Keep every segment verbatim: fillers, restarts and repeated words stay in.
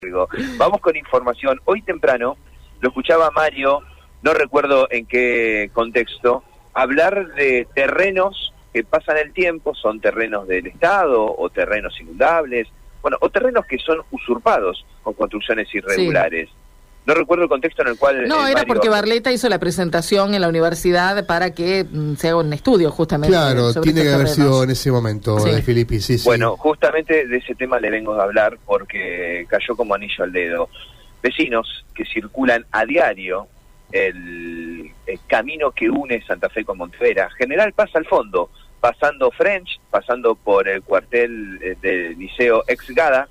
Vamos con información. Hoy temprano lo escuchaba Mario, no recuerdo en qué contexto, hablar de terrenos que pasan el tiempo, son terrenos del Estado o terrenos inundables, bueno, o terrenos que son usurpados con construcciones irregulares. Sí. No recuerdo el contexto en el cual... No, eh, era Mario... porque Barletta hizo la presentación en la universidad para que mm, se haga un estudio justamente. Claro, sobre tiene que haber terrenos. sido en ese momento, sí. de Filippi, sí, sí. Bueno, justamente de ese tema le vengo a hablar porque cayó como anillo al dedo. Vecinos que circulan a diario el, el camino que une Santa Fe con Montevera, General Paz al fondo, pasando French, pasando por el cuartel eh, del Liceo Ex-Gada,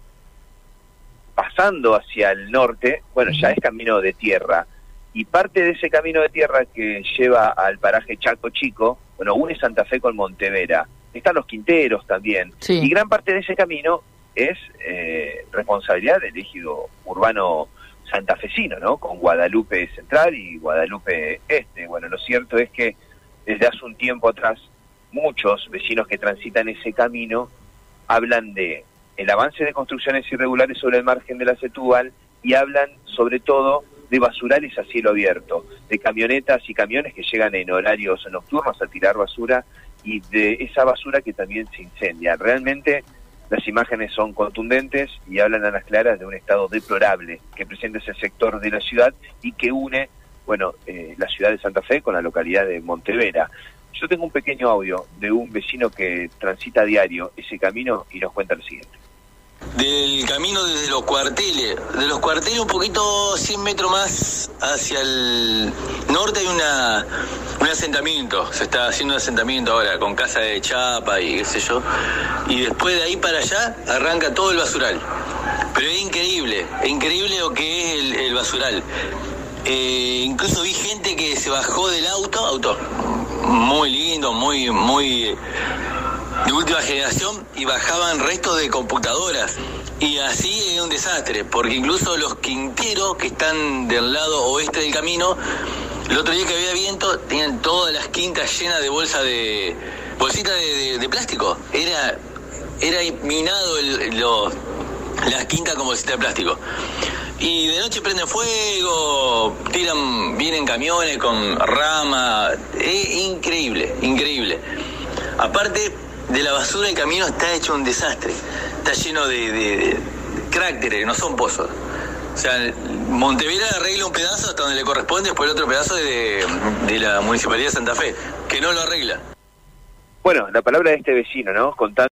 pasando hacia el norte, bueno, ya es camino de tierra, y parte de ese camino de tierra que lleva al paraje Chaco Chico, bueno, une Santa Fe con Montevera, están los Quinteros también, sí. Y gran parte de ese camino es eh, responsabilidad del ejido urbano santafesino, ¿no? Con Guadalupe Central y Guadalupe Este. Bueno, lo cierto es que desde hace un tiempo atrás, muchos vecinos que transitan ese camino hablan de el avance de construcciones irregulares sobre el margen de la Setúbal y hablan sobre todo de basurales a cielo abierto, de camionetas y camiones que llegan en horarios nocturnos a tirar basura y de esa basura que también se incendia. Realmente las imágenes son contundentes y hablan a las claras de un estado deplorable que presenta ese sector de la ciudad y que une, bueno, eh, la ciudad de Santa Fe con la localidad de Montevera. Yo tengo un pequeño audio de un vecino que transita a diario ese camino y nos cuenta lo siguiente. Del camino desde los cuarteles, de los cuarteles un poquito cien metros más hacia el norte hay una un asentamiento, se está haciendo un asentamiento ahora con casa de chapa y qué sé yo, y después de ahí para allá arranca todo el basural, pero es increíble, es increíble lo que es el, el basural. Eh, incluso vi gente que se bajó del auto, auto muy lindo, muy, muy de última generación, y bajaban restos de computadoras, y así es un desastre, porque incluso los Quinteros que están del lado oeste del camino, el otro día que había viento, tenían todas las quintas llenas de bolsas de bolsitas de, de, de plástico, era era minado el, los, las quintas con bolsitas de plástico. Y de noche prenden fuego, tiran, vienen camiones con rama, es increíble, increíble. Aparte de la basura, el camino está hecho un desastre, está lleno de, de, de cráteres, no son pozos. O sea, Montevera arregla un pedazo hasta donde le corresponde, después el otro pedazo es de, de la Municipalidad de Santa Fe, que no lo arregla. Bueno, la palabra de este vecino, ¿no? Contando